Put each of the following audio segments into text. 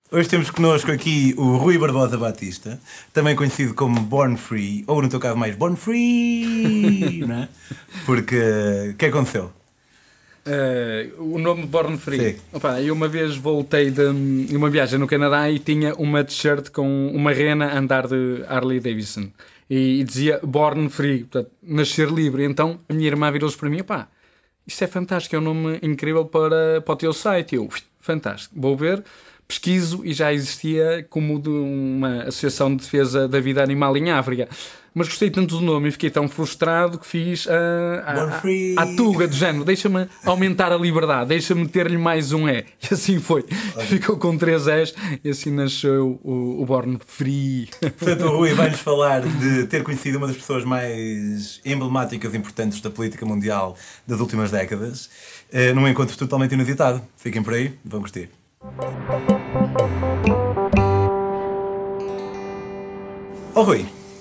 Hoje temos connosco aqui o Rui Barbosa Batista, também conhecido como Born Free, ou no teu caso mais Born Free, não é? Porque, o que aconteceu? O nome Born Free. Sim. Opa, eu uma vez voltei de uma viagem no Canadá e tinha uma t-shirt com uma rena a andar de Harley Davidson. E dizia Born Free, portanto, nascer livre. Então a minha irmã virou-se para mim, pá, isto é fantástico, é um nome incrível para o teu site. Eu, fantástico, vou ver. Pesquiso e já existia como de uma associação de defesa da vida animal em África. Mas gostei tanto do nome e fiquei tão frustrado que fiz a tuga do género. Deixa-me aumentar a liberdade, deixa-me ter-lhe mais um E. E assim foi. Ficou com 3 Es e assim nasceu o Born Free. Portanto, o Rui vai-nos falar de ter conhecido uma das pessoas mais emblemáticas e importantes da política mundial das últimas décadas, num encontro totalmente inusitado. Fiquem por aí, vão curtir. Oh Rui,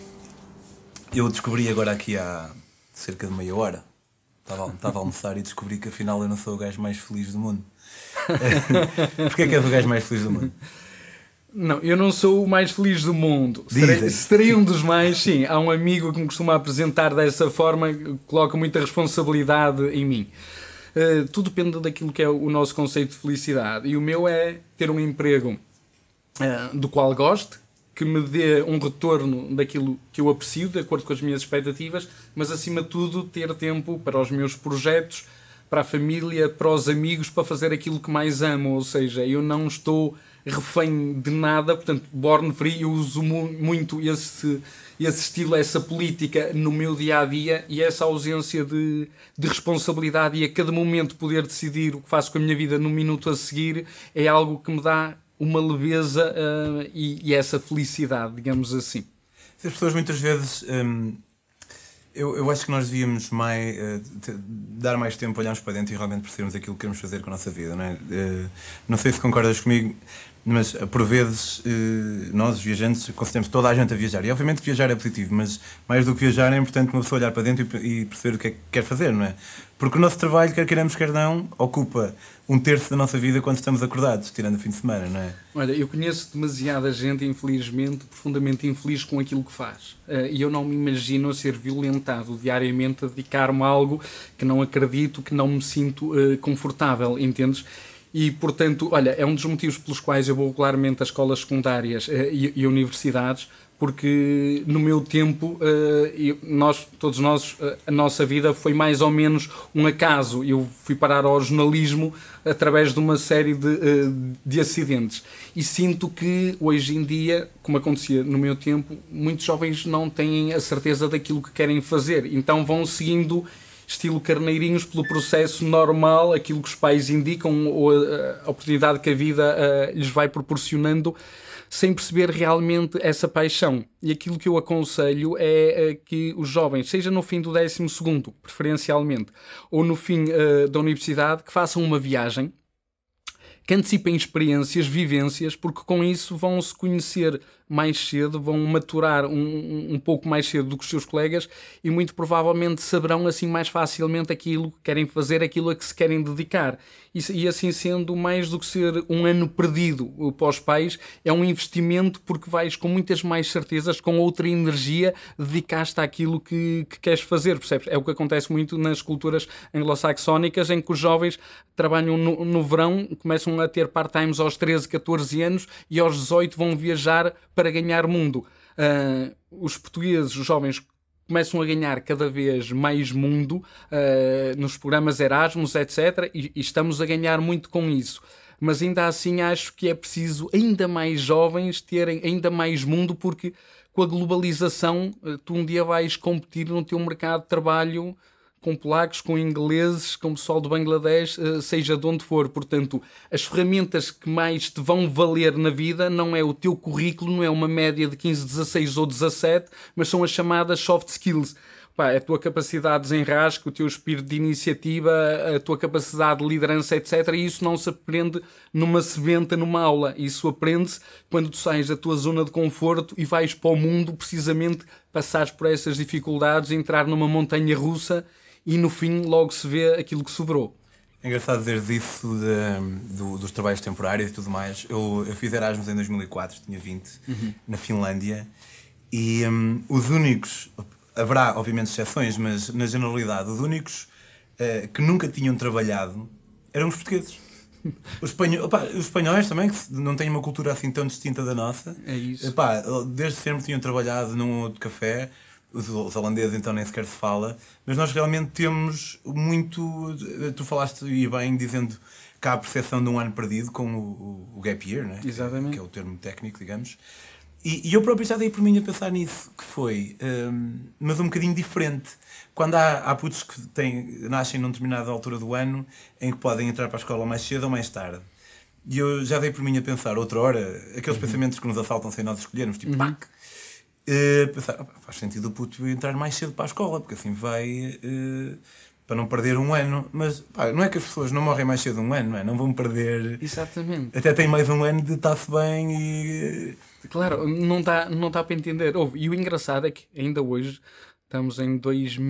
eu descobri agora aqui há cerca de meia hora, estava a almoçar e descobri que afinal eu não sou o gajo mais feliz do mundo. Porquê é que és o gajo mais feliz do mundo? Não, eu não sou o mais feliz do mundo. Serei um dos mais, sim. Há um amigo que me costuma apresentar dessa forma, que coloca muita responsabilidade em mim. Tudo depende daquilo que é o nosso conceito de felicidade. E o meu é ter um emprego do qual goste, que me dê um retorno daquilo que eu aprecio, de acordo com as minhas expectativas, mas acima de tudo ter tempo para os meus projetos, para a família, para os amigos, para fazer aquilo que mais amo. Ou seja, eu não estou refém de nada, portanto, Born Free, eu uso muito esse estilo, essa política no meu dia-a-dia e essa ausência de responsabilidade e a cada momento poder decidir o que faço com a minha vida no minuto a seguir é algo que me dá uma leveza e essa felicidade, digamos assim. As pessoas muitas vezes... Eu acho que nós devíamos dar mais tempo a olharmos para dentro e realmente percebermos aquilo que queremos fazer com a nossa vida, não é? Não sei se concordas comigo, mas por vezes nós, viajantes, consideramos toda a gente a viajar. E obviamente viajar é positivo, mas mais do que viajar é importante uma pessoa olhar para dentro e perceber o que é que quer fazer, não é? Porque o nosso trabalho, quer queiramos, quer não, ocupa 1/3 da nossa vida quando estamos acordados, tirando o fim de semana, não é? Olha, eu conheço demasiada gente, infelizmente, profundamente infeliz com aquilo que faz. E eu não me imagino a ser violentado diariamente, a dedicar-me a algo que não acredito, que não me sinto confortável, entendes? E, portanto, olha, é um dos motivos pelos quais eu vou regularmente às escolas secundárias e universidades, porque no meu tempo, todos nós, a nossa vida foi mais ou menos um acaso. Eu fui parar ao jornalismo através de uma série de acidentes. E sinto que hoje em dia, como acontecia no meu tempo, muitos jovens não têm a certeza daquilo que querem fazer. Então vão seguindo estilo carneirinhos pelo processo normal, aquilo que os pais indicam ou a oportunidade que a vida lhes vai proporcionando, sem perceber realmente essa paixão. E aquilo que eu aconselho é que os jovens, seja no fim do 12º, preferencialmente, ou no fim da universidade, que façam uma viagem, que antecipem experiências, vivências, porque com isso vão se conhecer mais cedo, vão maturar um pouco mais cedo do que os seus colegas e muito provavelmente saberão assim mais facilmente aquilo que querem fazer, aquilo a que se querem dedicar. E assim sendo, mais do que ser um ano perdido para os pais, é um investimento porque vais com muitas mais certezas, com outra energia, dedicar-te àquilo que queres fazer, percebes? É o que acontece muito nas culturas anglo-saxónicas, em que os jovens trabalham no verão, começam a ter part-times aos 13, 14 anos e aos 18 vão viajar para ganhar mundo. Os portugueses, os jovens, começam a ganhar cada vez mais mundo nos programas Erasmus, etc. E estamos a ganhar muito com isso. Mas ainda assim acho que é preciso ainda mais jovens terem ainda mais mundo, porque com a globalização tu um dia vais competir no teu mercado de trabalho com polacos, com ingleses, com o pessoal do Bangladesh, seja de onde for. Portanto, as ferramentas que mais te vão valer na vida não é o teu currículo, não é uma média de 15, 16 ou 17, mas são as chamadas soft skills. A tua capacidade de desenrasque, o teu espírito de iniciativa, a tua capacidade de liderança, etc. E isso não se aprende numa sebenta, numa aula. Isso aprende-se quando tu sais da tua zona de conforto e vais para o mundo, precisamente passares por essas dificuldades, entrar numa montanha russa e no fim logo se vê aquilo que sobrou. É engraçado dizer isso dos trabalhos temporários e tudo mais. Eu fiz Erasmus em 2004, tinha 20, na Finlândia, e os únicos, haverá obviamente exceções, mas na generalidade, os únicos que nunca tinham trabalhado eram os portugueses. Os espanhóis também, que não têm uma cultura assim tão distinta da nossa. É isso. Desde sempre tinham trabalhado num outro café. Os holandeses então nem sequer se fala. Mas nós realmente temos muito... Tu falaste e bem dizendo que há a percepção de um ano perdido com o gap year, né? Exatamente. Que é o termo técnico, digamos. E eu próprio já dei por mim a pensar nisso, que foi, mas um bocadinho diferente. Quando há putos que nascem numa determinada altura do ano em que podem entrar para a escola mais cedo ou mais tarde. E eu já dei por mim a pensar, outra hora, aqueles pensamentos que nos assaltam sem nós escolhermos, tipo, pac! Pensar, faz sentido o puto entrar mais cedo para a escola, porque assim vai... para não perder um ano, mas não é que as pessoas não morrem mais cedo um ano, não é? Não vão perder... Exatamente. Até tem mais um ano de estar-se bem e... Claro, não dá para entender. E o engraçado é que ainda hoje, estamos em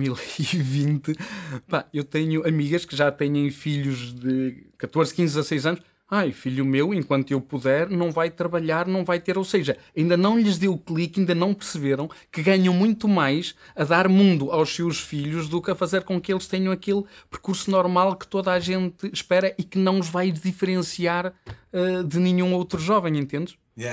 2020, eu tenho amigas que já têm filhos de 14, 15, 16 anos. Ai, filho meu, enquanto eu puder, não vai trabalhar, não vai ter. Ou seja, ainda não lhes deu o clique, ainda não perceberam que ganham muito mais a dar mundo aos seus filhos do que a fazer com que eles tenham aquele percurso normal que toda a gente espera e que não os vai diferenciar de nenhum outro jovem, entendes?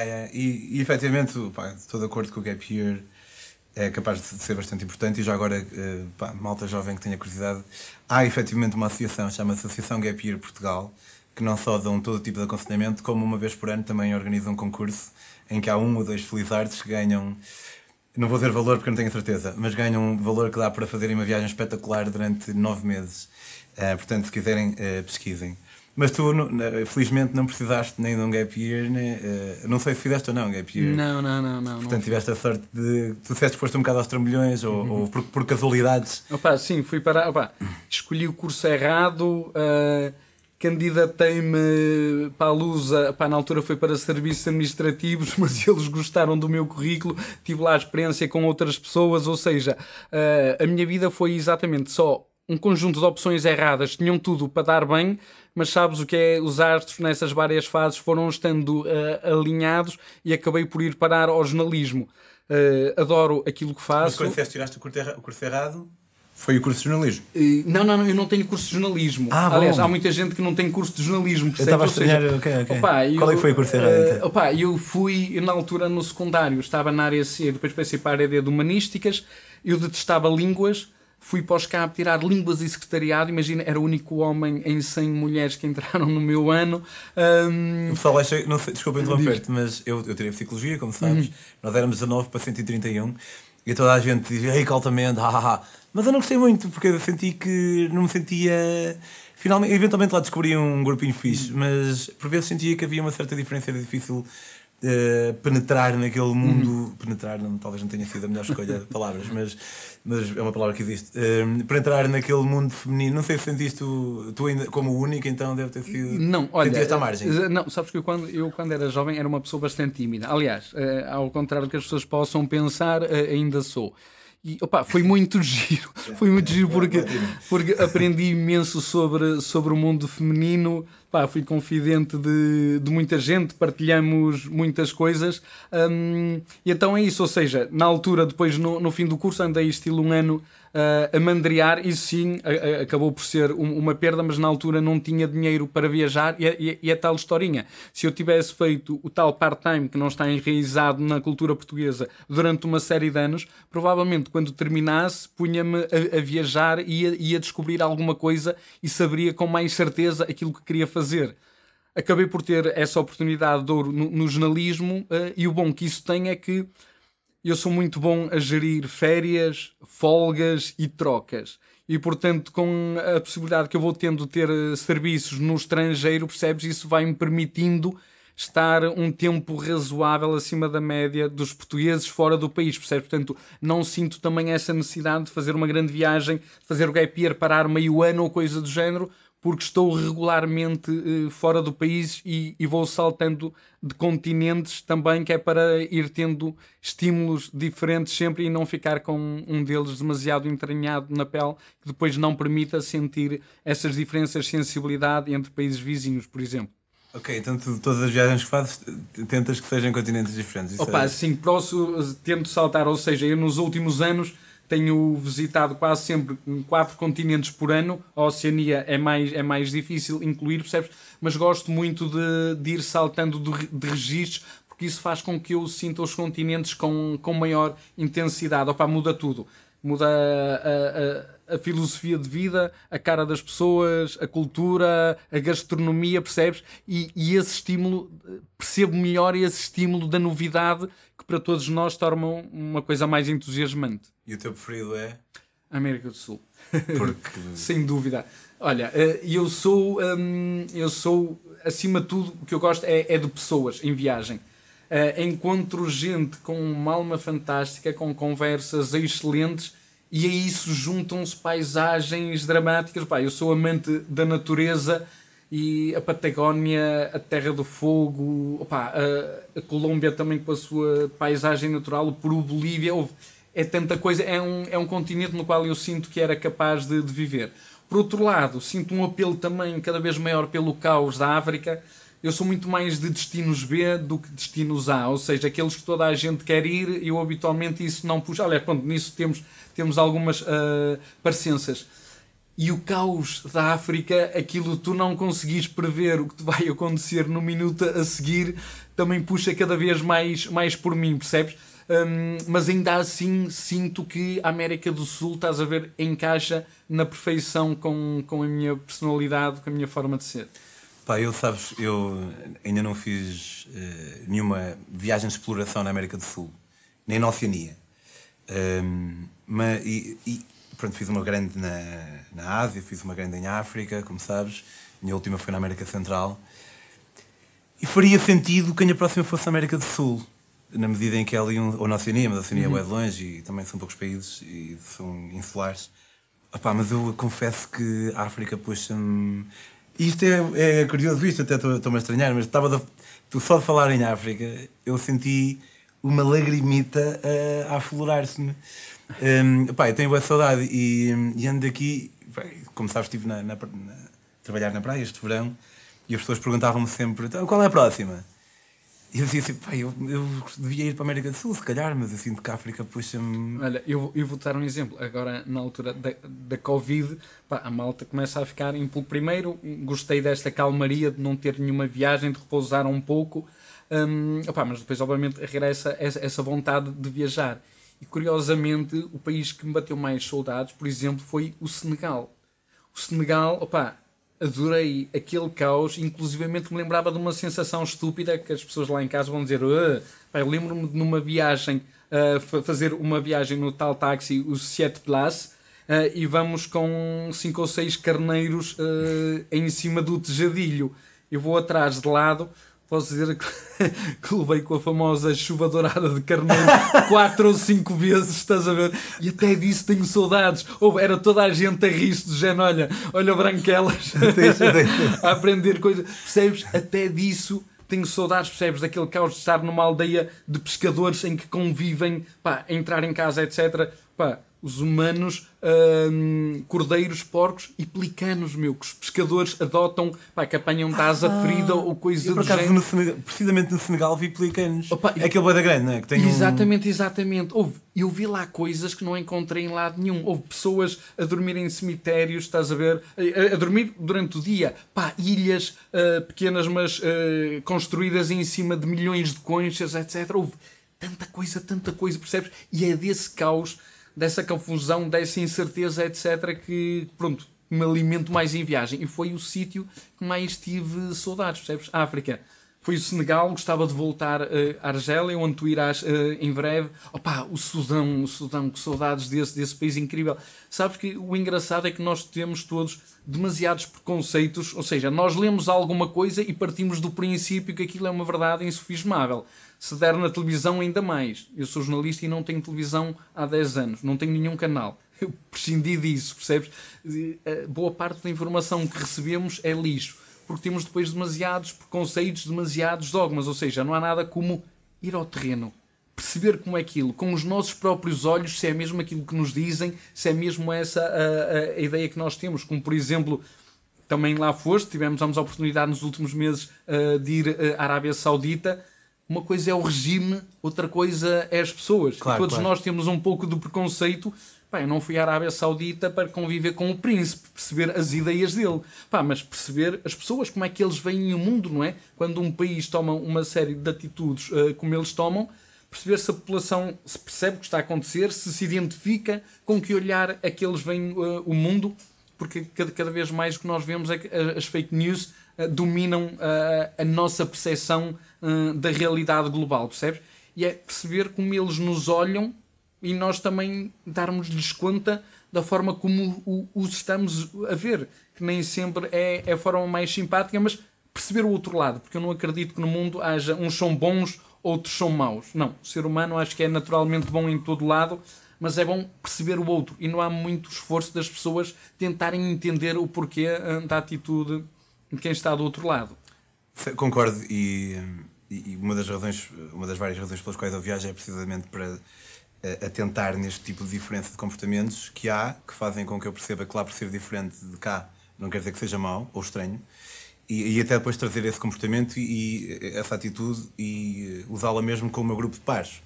E efetivamente, estou de acordo que o Gap Year é capaz de ser bastante importante. E já agora, malta jovem que tenha curiosidade, há efetivamente uma associação, chama-se Associação Gap Year Portugal, que não só dão todo tipo de aconselhamento, como uma vez por ano também organizam um concurso em que há 1 ou 2 felizardos que ganham, não vou dizer valor porque não tenho certeza, mas ganham um valor que dá para fazerem uma viagem espetacular durante 9 meses. Portanto, se quiserem, pesquisem. Mas tu, felizmente, não precisaste nem de um gap year, não sei se fizeste ou não um gap year. Não. Portanto, tiveste a sorte de... Tu disseste que foste um bocado aos trambolhões ou por casualidades. Sim, fui para... escolhi o curso errado... candidatei-me para a Lusa, na altura foi para serviços administrativos, mas eles gostaram do meu currículo, tive lá a experiência com outras pessoas, ou seja, a minha vida foi exatamente só um conjunto de opções erradas, tinham tudo para dar bem, mas sabes o que é, os astros nessas várias fases foram estando alinhados e acabei por ir parar ao jornalismo. Adoro aquilo que faço. Mas quando disseste tiraste o curso errado... Foi o curso de jornalismo? Não, eu não tenho curso de jornalismo. Aliás, há muita gente que não tem curso de jornalismo. Eu estava a estranhar, ok. Qual é que foi o curso errado? Então? Eu fui, na altura, no secundário, estava na área C, depois passei para a área D de Humanísticas, eu detestava línguas, fui para o SCAP tirar línguas e secretariado, imagina, era o único homem em 100 mulheres que entraram no meu ano. O pessoal acha, não sei, desculpa interromper-te, mas eu tirei psicologia, como sabes, nós éramos 19 para 131, e toda a gente dizia, ei, altamente, mas eu não gostei muito, porque eu senti que não me sentia... Finalmente, eventualmente lá descobri um grupinho fixe, mas por vezes sentia que havia uma certa diferença, era difícil penetrar naquele mundo... Penetrar, talvez não tenha sido a melhor escolha de palavras, mas é uma palavra que existe. Penetrar naquele mundo feminino, não sei se sentiste tu ainda como o único, então deve ter sido... Não, olha... Sentias-te à margem? Não, sabes que eu quando era jovem era uma pessoa bastante tímida. Aliás, ao contrário do que as pessoas possam pensar, ainda sou. E foi muito giro, porque aprendi imenso sobre o mundo feminino, fui confidente de muita gente, partilhamos muitas coisas, e então é isso, ou seja, na altura, depois no fim do curso, andei estilo um ano a mandriar, isso sim, acabou por ser uma perda, mas na altura não tinha dinheiro para viajar, e é tal historinha. Se eu tivesse feito o tal part-time que não está enraizado na cultura portuguesa durante uma série de anos, provavelmente quando terminasse punha-me a viajar e ia descobrir alguma coisa e saberia com mais certeza aquilo que queria fazer. Acabei por ter essa oportunidade de ouro no jornalismo, e o bom que isso tem é que eu sou muito bom a gerir férias, folgas e trocas. E, portanto, com a possibilidade que eu vou tendo de ter serviços no estrangeiro, percebes? Isso vai-me permitindo estar um tempo razoável acima da média dos portugueses fora do país, percebes? Portanto, não sinto também essa necessidade de fazer uma grande viagem, de fazer o gap year, parar meio ano ou coisa do género, porque estou regularmente fora do país e vou saltando de continentes também, que é para ir tendo estímulos diferentes sempre e não ficar com um deles demasiado entranhado na pele, que depois não permita sentir essas diferenças de sensibilidade entre países vizinhos, por exemplo. Ok, então todas as viagens que fazes tentas que sejam em continentes diferentes. Sim, tento saltar, ou seja, eu nos últimos anos tenho visitado quase sempre 4 continentes por ano. A Oceania é mais difícil incluir, percebes? Mas gosto muito de ir saltando de registros, porque isso faz com que eu sinta os continentes com maior intensidade. Muda tudo. Muda a filosofia de vida, a cara das pessoas, a cultura, a gastronomia, percebes? E esse estímulo, percebo melhor esse estímulo da novidade, que para todos nós torna uma coisa mais entusiasmante. E o teu preferido é? América do Sul. Porque... Sem dúvida. Olha, eu sou, acima de tudo, o que eu gosto é de pessoas em viagem. Encontro gente com uma alma fantástica, com conversas excelentes, e a isso juntam-se paisagens dramáticas. Eu sou amante da natureza, e a Patagónia, a Terra do Fogo, a Colômbia também com a sua paisagem natural, o Peru, Bolívia, é tanta coisa, é um continente no qual eu sinto que era capaz de viver. Por outro lado, sinto um apelo também cada vez maior pelo caos da África. Eu sou muito mais de destinos B do que destinos A, ou seja, aqueles que toda a gente quer ir, eu habitualmente isso não puxo. Aliás, pronto, nisso temos algumas parecenças. E o caos da África, aquilo tu não conseguis prever o que te vai acontecer no minuto a seguir, também puxa cada vez mais por mim, percebes? Mas ainda assim sinto que a América do Sul, estás a ver, encaixa na perfeição com a minha personalidade, com a minha forma de ser. Eu ainda não fiz nenhuma viagem de exploração na América do Sul, nem na Oceania. Pronto, fiz uma grande na Ásia, fiz uma grande em África, como sabes. A minha última foi na América Central. E faria sentido que a minha próxima fosse a América do Sul, na medida em que ela ou na Oceania, mas a Oceania é bem longe e também são poucos países e são insulares. Mas eu confesso que a África puxa-me... Isto é curioso, isto até estou-me a estranhar, mas só de falar em África, eu senti uma lagrimita a aflorar-se-me. Eu tenho boa saudade e ando aqui, como sabes, estive a trabalhar na praia este verão e as pessoas perguntavam-me sempre, então, qual é a próxima? E eu dizia assim, eu devia ir para a América do Sul, se calhar, mas eu sinto que a África puxa-me... Olha, eu vou dar um exemplo. Agora, na altura da Covid, a malta começa a ficar em pulo. Primeiro, gostei desta calmaria de não ter nenhuma viagem, de repousar um pouco, mas depois, obviamente, regressa essa vontade de viajar. E, curiosamente, o país que me bateu mais saudades, por exemplo, foi o Senegal. O Senegal, adorei aquele caos, inclusivamente me lembrava de uma sensação estúpida que as pessoas lá em casa vão dizer, eu lembro-me de numa viagem, fazer uma viagem no tal táxi, o 7 Plus, e vamos com 5 ou 6 carneiros em cima do tejadilho. Eu vou atrás de lado, posso dizer que levei com a famosa chuva dourada de carneiro 4 ou 5 vezes, estás a ver? E até disso tenho saudades. Era toda a gente a rir-se do género, olha branquelas, a aprender coisas. Percebes? Até disso tenho saudades, percebes? Daquele caos de estar numa aldeia de pescadores em que convivem, entrar em casa, etc. Os humanos, cordeiros, porcos e pelicanos, que os pescadores adotam, que apanham de asa ferida ou coisa do género. Precisamente no Senegal vi pelicanos. É aquele boi da grande, não é? Que tem exatamente. Eu vi lá coisas que não encontrei em lado nenhum. Houve pessoas a dormir em cemitérios, estás a ver? A dormir durante o dia. Ilhas pequenas, mas construídas em cima de milhões de conchas, etc. Houve tanta coisa, percebes? E é desse caos, dessa confusão, dessa incerteza, etc., que, me alimento mais em viagem. E foi o sítio que mais tive saudades, percebes? A África. Foi o Senegal, gostava de voltar à Argélia, onde tu irás em breve. O Sudão, que saudades desse país incrível. Sabes que o engraçado é que nós temos todos demasiados preconceitos, ou seja, nós lemos alguma coisa e partimos do princípio que aquilo é uma verdade insofismável. Se der na televisão, ainda mais. Eu sou jornalista e não tenho televisão há 10 anos, não tenho nenhum canal. prescindir disso, percebes? Boa parte da informação que recebemos é lixo, porque temos depois demasiados preconceitos, demasiados dogmas, ou seja, não há nada como ir ao terreno, perceber como é aquilo, com os nossos próprios olhos, se é mesmo aquilo que nos dizem, se é mesmo essa a ideia que nós temos, como por exemplo, também lá foste, tivemos a oportunidade nos últimos meses de ir à Arábia Saudita. Uma coisa é o regime, outra coisa é as pessoas. Claro, todos claro. nós temos um pouco de preconceito. Pá, eu não fui à Arábia Saudita para conviver com o príncipe, perceber as ideias dele. Pá, mas perceber as pessoas, como é que eles veem o mundo, não é? Quando um país toma uma série de atitudes como eles tomam, perceber se a população se percebe o que está a acontecer, se identifica, com que olhar é que eles veem o mundo, porque cada vez mais o que nós vemos é que as fake news dominam a nossa percepção da realidade global, percebes? E é perceber como eles nos olham e nós também darmos-lhes conta da forma como os estamos a ver, que nem sempre é a forma mais simpática, mas perceber o outro lado, porque eu não acredito que no mundo haja uns são bons, outros são maus. Não, o ser humano acho que é naturalmente bom em todo lado, mas é bom perceber o outro e não há muito esforço das pessoas tentarem entender o porquê da atitude de quem está do outro lado. Concordo, e uma das várias razões pelas quais eu viajo é precisamente para atentar neste tipo de diferença de comportamentos que há, que fazem com que eu perceba que lá por ser diferente de cá não quer dizer que seja mau ou estranho, e até depois trazer esse comportamento e essa atitude e usá-la mesmo com o meu grupo de pares.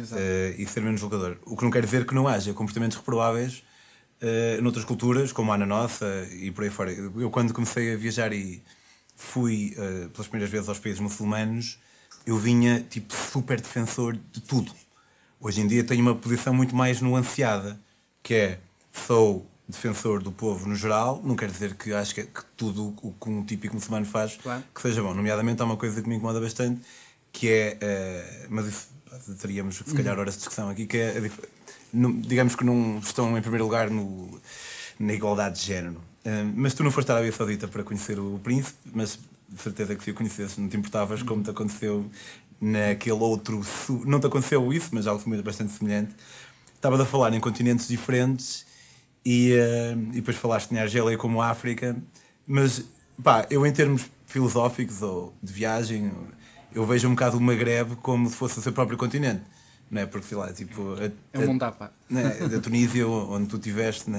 E ser menos julgador. O que não quer dizer que não haja comportamentos reprováveis noutras culturas, como há na nossa e por aí fora. Eu quando comecei a viajar e fui pelas primeiras vezes aos países muçulmanos, eu vinha tipo super defensor de tudo. Hoje em dia tenho uma posição muito mais nuanceada, que é, sou defensor do povo no geral, não quer dizer que acho que tudo o que um típico muçulmano faz, claro, que seja bom. Nomeadamente há uma coisa que me incomoda bastante, que é, mas isso teríamos se calhar horas de discussão aqui, que é, digamos que não estão em primeiro lugar na igualdade de género. Mas tu não foste à Arábia Saudita para conhecer o príncipe, mas de certeza que se o conhecesse não te importavas, como te aconteceu naquele outro... Não te aconteceu isso, mas algo bastante semelhante. Estavas a falar em continentes diferentes e depois falaste em Argélia como África, mas pá, eu em termos filosóficos ou de viagem, eu vejo um bocado o Magrebe como se fosse o seu próprio continente, não é? Porque sei lá, tipo... É um mundo à parte. Da Tunísia, onde tu estiveste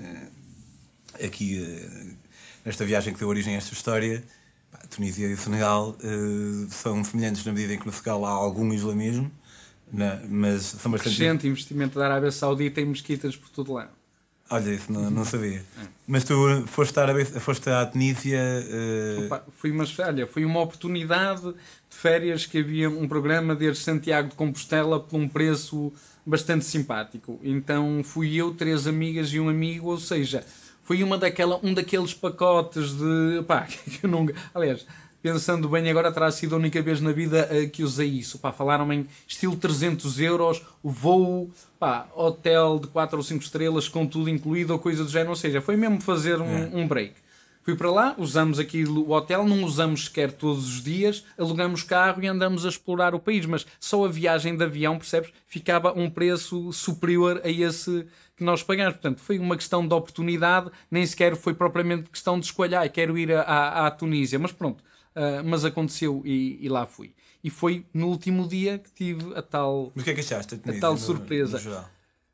aqui nesta viagem que deu origem a esta história, a Tunísia e o Senegal são semelhantes na medida em que no Senegal há algum islamismo, mas são bastante... Crescente investimento da Arábia Saudita em mesquitas por todo lado. Olha, isso não sabia. Mas tu foste à Tunísia... Opa, foi uma oportunidade de férias que havia um programa desde Santiago de Compostela por um preço bastante simpático. Então fui eu, 3 amigas e um amigo, ou seja, foi um daqueles pacotes de... Pá, que eu não... Aliás, pensando bem, agora terá sido a única vez na vida que usei isso. Pá, falaram-me em estilo 300 euros, o voo, pá, hotel de 4 ou 5 estrelas com tudo incluído ou coisa do género. Ou seja, foi mesmo fazer um break. Fui para lá, usamos aquilo, o hotel, não usamos sequer todos os dias, alugamos carro e andamos a explorar o país, mas só a viagem de avião, percebes, ficava um preço superior a esse que nós pagamos. Portanto, foi uma questão de oportunidade, nem sequer foi propriamente questão de escolher, quero ir à Tunísia, mas pronto, mas aconteceu e lá fui. E foi no último dia que tive a tal... Mas o que é que achaste? A tal surpresa. No geral?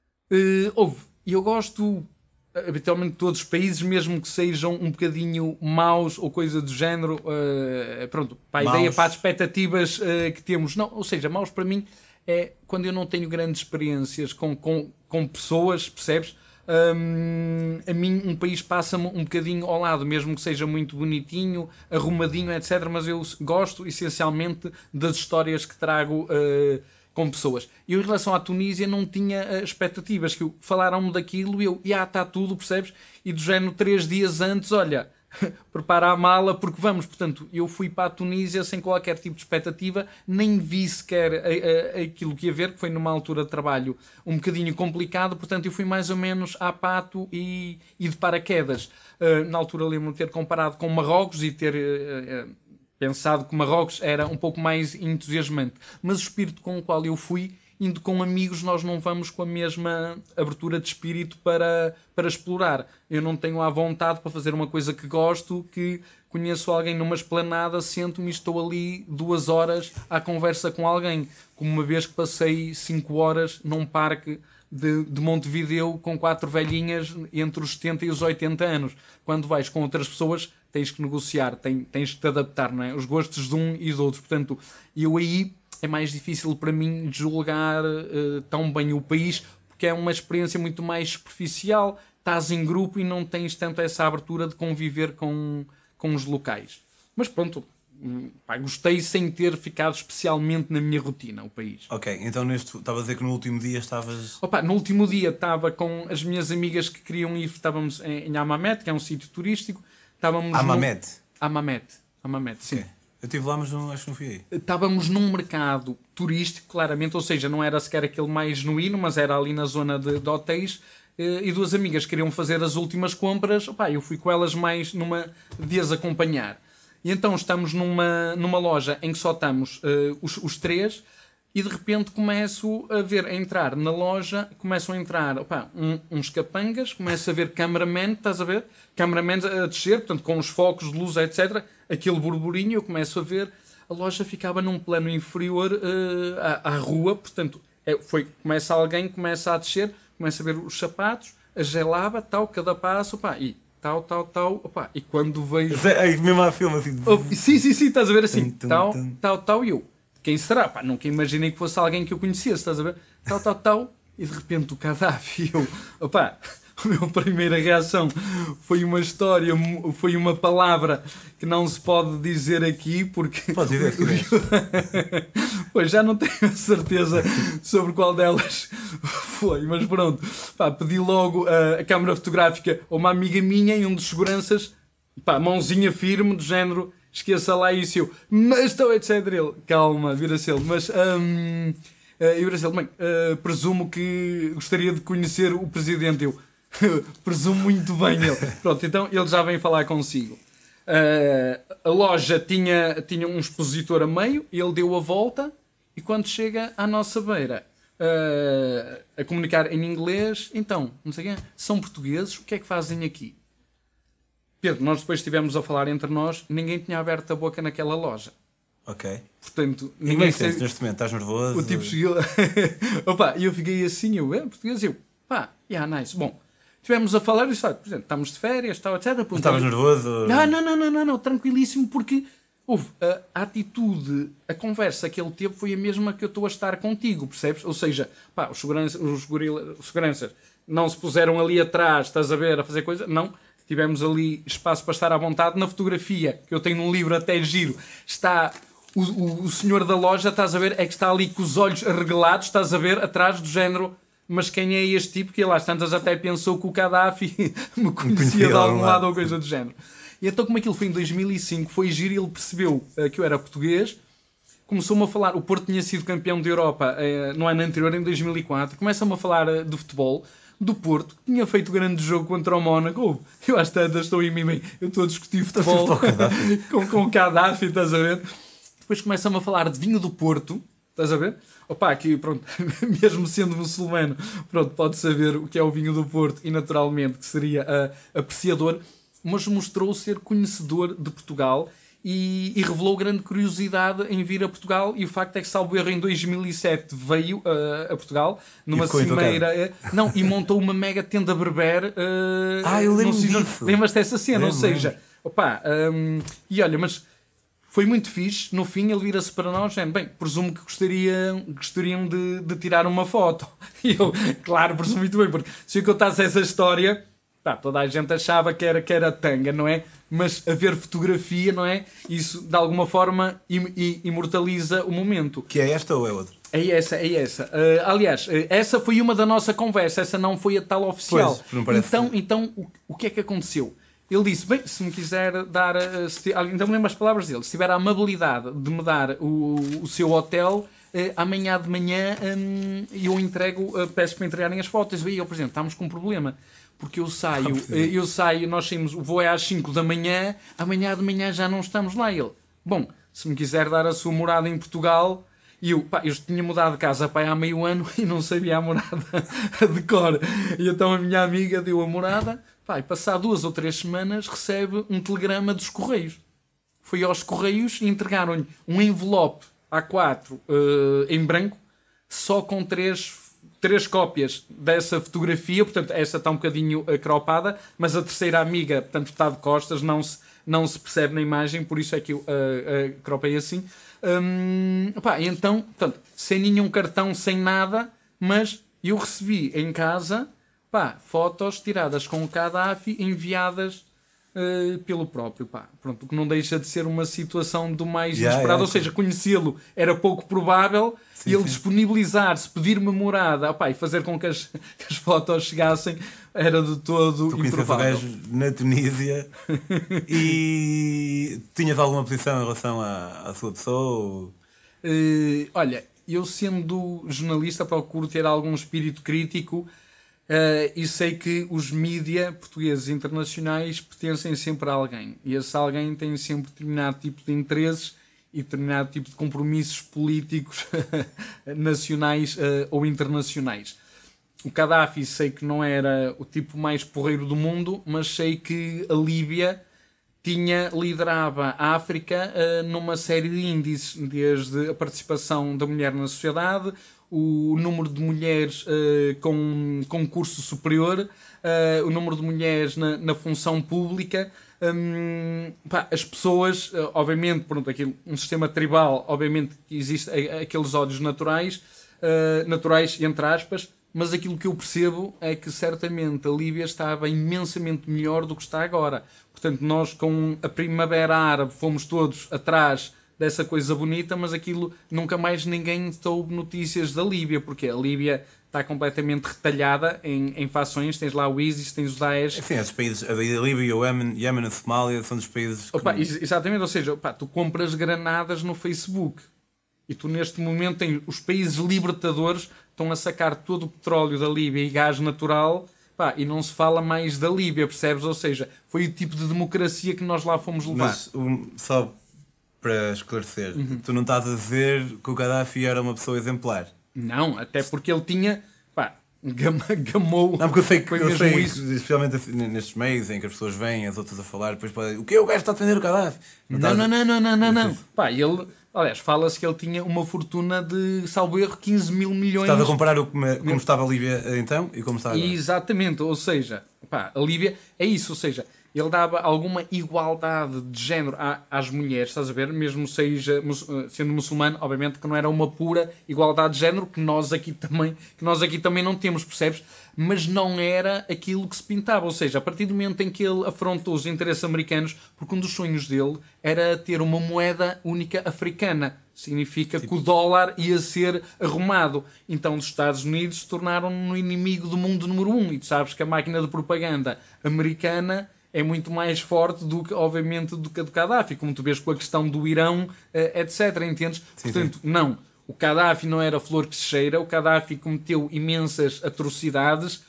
E eu gosto... habitualmente todos os países, mesmo que sejam um bocadinho maus ou coisa do género, pronto, para a ideia, para as expectativas que temos. Não, ou seja, maus para mim é quando eu não tenho grandes experiências com pessoas, percebes? A mim um país passa-me um bocadinho ao lado, mesmo que seja muito bonitinho, arrumadinho, etc. Mas eu gosto essencialmente das histórias que trago com pessoas. Eu, em relação à Tunísia, não tinha expectativas, que falaram-me daquilo e eu, está tudo, percebes? E do género, 3 dias antes, olha, prepara a mala, porque vamos. Portanto, eu fui para a Tunísia sem qualquer tipo de expectativa, nem vi sequer aquilo que ia ver, que foi numa altura de trabalho um bocadinho complicado, portanto, eu fui mais ou menos à pato e de paraquedas. Na altura, lembro-me de ter comparado com Marrocos e ter... pensado que Marrocos era um pouco mais entusiasmante, mas o espírito com o qual eu fui indo com amigos nós não vamos com a mesma abertura de espírito para explorar. Eu não tenho à vontade para fazer uma coisa que gosto, que conheço alguém numa esplanada, sento-me e estou ali 2 horas à conversa com alguém. Como uma vez que passei 5 horas num parque de Montevideo com 4 velhinhas entre os 70 e os 80 anos. Quando vais com outras pessoas tens que negociar, tens que te adaptar, não é? Os gostos de um e do outro. Portanto, eu aí é mais difícil para mim julgar tão bem o país, porque é uma experiência muito mais superficial, estás em grupo e não tens tanto essa abertura de conviver com os locais. Mas pronto, pá, gostei sem ter ficado especialmente na minha rotina, o país. Ok, então estava a dizer que no último dia estavas... Opa, no último dia estava com as minhas amigas que queriam ir, estávamos em Hammamet, que é um sítio turístico. Hammamet? Hammamet, sim. Okay. Eu estive lá, mas acho que não fui aí. Estávamos num mercado turístico, claramente, ou seja, não era sequer aquele mais genuíno, mas era ali na zona de hotéis, e 2 amigas queriam fazer as últimas compras. Opa, eu fui com elas mais numa de as acompanhar. E então estamos numa loja em que só estamos os 3, e de repente começo a entrar na loja, começam a entrar uns capangas, começo a ver cameraman, estás a ver? Cameraman a descer, portanto com os focos de luz, etc. Aquele burburinho, eu começo a ver, a loja ficava num plano inferior à rua, portanto começa alguém, começa a descer, começa a ver os sapatos, a gelava, tal, cada passo, e tal, e quando vejo... É mesmo a filme, assim... Sim, estás a ver assim, tal, e eu... Quem será? Pá, nunca imaginei que fosse alguém que eu conhecesse, estás a ver? Tal, e de repente o Gaddafi, a minha primeira reação foi uma história, foi uma palavra que não se pode dizer aqui, porque... Pode dizer, Pois, já não tenho a certeza sobre qual delas foi, mas pronto. Pá, pedi logo a câmara fotográfica a uma amiga minha e um dos seguranças, mãozinha firme, do género... Esqueça lá isso, eu, mas estou etc. Ele, calma, vira-se ele, mas eu vira-se ele, presumo que gostaria de conhecer o presidente. Eu, presumo muito bem ele. Pronto, então ele já vem falar consigo. A loja tinha um expositor a meio, ele deu a volta e quando chega à nossa beira a comunicar em inglês, então, não sei quem, são portugueses, o que é que fazem aqui? Pedro, nós depois estivemos a falar entre nós, ninguém tinha aberto a boca naquela loja. Ok. Portanto, ninguém sabe. Neste momento, estás nervoso? O tipo chegou... e eu fiquei assim, português, nice. Bom, estivemos a falar e disse, por exemplo, estamos de férias, tal, etc. Não estavas nervoso? Não, tranquilíssimo, porque houve a atitude, a conversa que ele teve foi a mesma que eu estou a estar contigo, percebes? Ou seja, os seguranças não se puseram ali atrás, estás a ver, a fazer coisa, não. Tivemos ali espaço para estar à vontade. Na fotografia, que eu tenho num livro até giro, está o senhor da loja, estás a ver, é que está ali com os olhos arregalados, estás a ver, atrás do género, mas quem é este tipo que ele às tantas até pensou que o Gaddafi me conhecia de algum lado ou coisa do género. E então como aquilo foi em 2005, foi giro e ele percebeu que eu era português, começou-me a falar, o Porto tinha sido campeão da Europa no ano anterior, em 2004, começa-me a falar de futebol, do Porto, que tinha feito grande jogo contra o Mónaco. Eu às tantas estou em mim bem, eu estou a discutir futebol com o Gaddafi, estás a ver? Depois começa-me a falar de vinho do Porto, estás a ver? Que pronto, mesmo sendo muçulmano, pronto, pode saber o que é o vinho do Porto e naturalmente que seria apreciador, mas mostrou ser conhecedor de Portugal e revelou grande curiosidade em vir a Portugal, e o facto é que, salvo erro, em 2007 veio a Portugal numa cimeira e montou uma mega tenda berber. Eu lembro disso. Lembras dessa cena? Ou seja, e olha, mas foi muito fixe. No fim ele vira-se para nós, presumo que gostariam de tirar uma foto. E eu, claro, presumo muito bem, porque se eu contasse essa história, toda a gente achava que era tanga, não é? Mas a ver fotografia, não é? Isso, de alguma forma, imortaliza o momento. Que é esta ou é outra? É essa. Aliás, essa foi uma da nossa conversa. Essa não foi a tal oficial. Pois, não parece então, o que é que aconteceu? Ele disse, se me quiser dar... ainda me lembro as palavras dele. Se tiver a amabilidade de me dar o seu hotel, amanhã de manhã eu entrego, peço para entregarem as fotos. E eu, por exemplo, estamos com um problema. Porque eu saio, nós saímos, o voo é às 5 da manhã, amanhã de manhã já não estamos lá. Ele, se me quiser dar a sua morada em Portugal, E eu tinha mudado de casa há meio ano e não sabia a morada de cor. E então a minha amiga deu a morada, e passado 2 ou 3 semanas recebe um telegrama dos Correios. Foi aos Correios e entregaram-lhe um envelope A4 em branco, só com 3 cópias dessa fotografia. Portanto, essa está um bocadinho cropada, mas a terceira amiga, portanto, está de costas, não se percebe na imagem, por isso é que eu cropei assim. Então, portanto, sem nenhum cartão, sem nada, mas eu recebi em casa fotos tiradas com o Gaddafi enviadas pelo próprio. Pronto, o que não deixa de ser uma situação do mais inesperado, ou seja, conhecê-lo era pouco provável, e ele disponibilizar-se, pedir-me morada e fazer com que as fotos chegassem era de todo improvável. Tu conheces na Tunísia e tinhas alguma posição em relação à sua pessoa? Olha, eu sendo jornalista procuro ter algum espírito crítico. E sei que os mídia portugueses e internacionais pertencem sempre a alguém. E esse alguém tem sempre determinado tipo de interesses e determinado tipo de compromissos políticos nacionais ou internacionais. O Gaddafi sei que não era o tipo mais porreiro do mundo, mas sei que a Líbia liderava a África numa série de índices, desde a participação da mulher na sociedade, o número de mulheres com curso superior, o número de mulheres na função pública, as pessoas, obviamente, um sistema tribal, obviamente que existe aqueles ódios naturais, entre aspas, mas aquilo que eu percebo é que certamente a Líbia estava imensamente melhor do que está agora. Portanto, nós com a Primavera Árabe fomos todos atrás dessa coisa bonita, mas aquilo nunca mais ninguém soube notícias da Líbia, porque a Líbia está completamente retalhada em fações. Tens lá o ISIS, tens o Daesh. Sim, esses países, a Líbia, o Iémen, a Somália, são dos países que... Exatamente, ou seja, tu compras granadas no Facebook e tu neste momento tens os países libertadores estão a sacar todo o petróleo da Líbia e gás natural, e não se fala mais da Líbia, percebes? Ou seja, foi o tipo de democracia que nós lá fomos levar. Mas, só para esclarecer, tu não estás a dizer que o Gaddafi era uma pessoa exemplar? Não, até porque ele tinha... gamou... Não, porque eu sei especialmente nestes meios em que as pessoas vêm, as outras a falar, depois podem... O que o gajo está a defender o Gaddafi? Não. Ele... Aliás, fala-se que ele tinha uma fortuna de, salvo erro, 15 mil milhões... Estás a comparar como estava a Líbia então e como está agora? Exatamente, ou seja, a Líbia é isso, ou seja, ele dava alguma igualdade de género às mulheres, estás a ver? Mesmo sendo muçulmano, obviamente que não era uma pura igualdade de género que nós aqui também não temos, percebes? Mas não era aquilo que se pintava, ou seja, a partir do momento em que ele afrontou os interesses americanos, porque um dos sonhos dele era ter uma moeda única africana. Significa que o dólar ia ser arrumado. Então os Estados Unidos se tornaram no inimigo do mundo número 1. E tu sabes que a máquina de propaganda americana é muito mais forte do que, obviamente, do que a do Gaddafi, como tu vês com a questão do Irão, etc. Entendes? Sim, Portanto, sim. Não. O Gaddafi não era flor que se cheira. O Gaddafi cometeu imensas atrocidades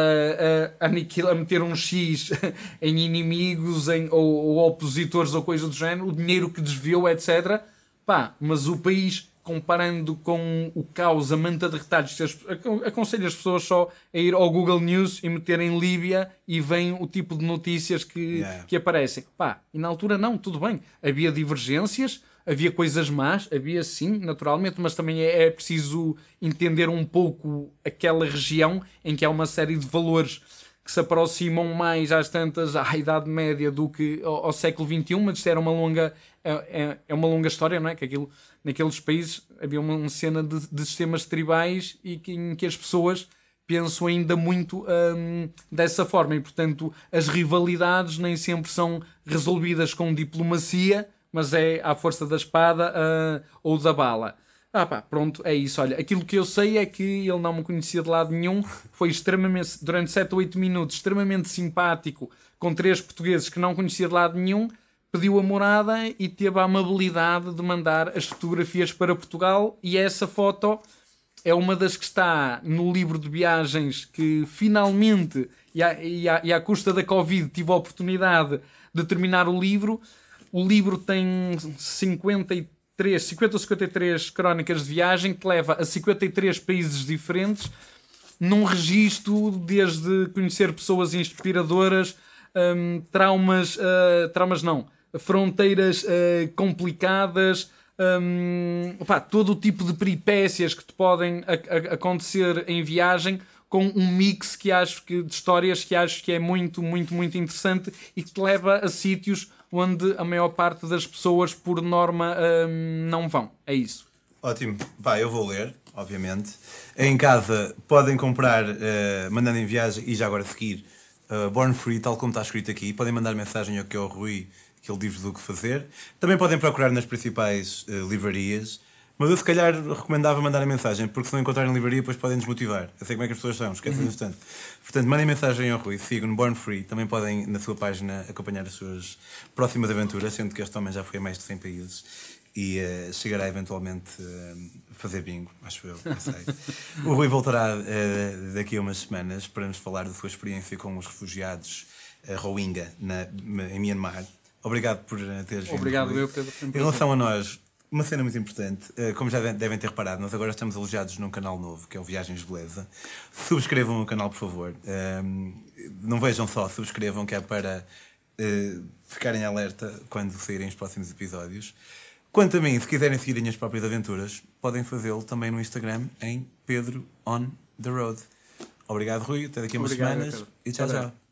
a meter um X em inimigos ou opositores ou coisa do género. O dinheiro que desviou, etc. Mas o país, comparando com o caos, a manta de retalhos, aconselho as pessoas só a ir ao Google News e meterem Líbia e veem o tipo de notícias que aparecem. E na altura não, tudo bem. Havia divergências, havia coisas más, havia sim, naturalmente, mas também é preciso entender um pouco aquela região em que há uma série de valores que se aproximam mais às tantas à Idade Média do que ao século XXI, mas isto era uma longa história, não é? Que naqueles países havia uma cena de sistemas tribais em que as pessoas pensam ainda muito dessa forma, e portanto as rivalidades nem sempre são resolvidas com diplomacia, mas é à força da espada ou da bala. Pronto, é isso. Olha, aquilo que eu sei é que ele não me conhecia de lado nenhum, foi extremamente, durante 7 ou 8 minutos, extremamente simpático com 3 portugueses que não conhecia de lado nenhum, pediu a morada e teve a amabilidade de mandar as fotografias para Portugal, e essa foto é uma das que está no livro de viagens que finalmente, e à custa da Covid, tive a oportunidade de terminar o livro. O livro tem 53 50 ou 53 crónicas de viagem que leva a 53 países diferentes, num registro desde conhecer pessoas inspiradoras, traumas não, fronteiras complicadas, todo o tipo de peripécias que te podem acontecer em viagem, com um mix de histórias que acho que é muito, muito, muito interessante e que te leva a sítios onde a maior parte das pessoas, por norma, não vão. É isso. Ótimo. Eu vou ler, obviamente. Em casa podem comprar, mandando em viagem e já agora seguir, Born Free, tal como está escrito aqui. Podem mandar mensagem ao Rui, que ele diz-vos o que fazer. Também podem procurar nas principais livrarias. Mas eu se calhar recomendava mandarem mensagem, porque se não encontrarem livraria depois podem desmotivar. Eu sei como é que as pessoas são, esquecem bastante. Portanto, mandem mensagem ao Rui, sigam no Born Free. Também podem na sua página acompanhar as suas próximas aventuras, sendo que este homem já foi a mais de 100 países e chegará eventualmente a fazer bingo, acho eu, não sei. O Rui voltará daqui a umas semanas para nos falar da sua experiência com os refugiados Rohingya em Myanmar. Obrigado por teres vindo. Obrigado, eu, Pedro. Em relação a nós, uma cena muito importante, como já devem ter reparado, nós agora estamos alojados num canal novo, que é o Viagens de Beleza. Subscrevam o canal, por favor. Não vejam só, subscrevam, que é para ficarem alerta quando saírem os próximos episódios. Quanto a mim, se quiserem seguir as minhas próprias aventuras, podem fazê-lo também no Instagram, em Pedro on the Road. Obrigado, Rui. Até daqui a umas semanas. Pedro. E tchau, tchau.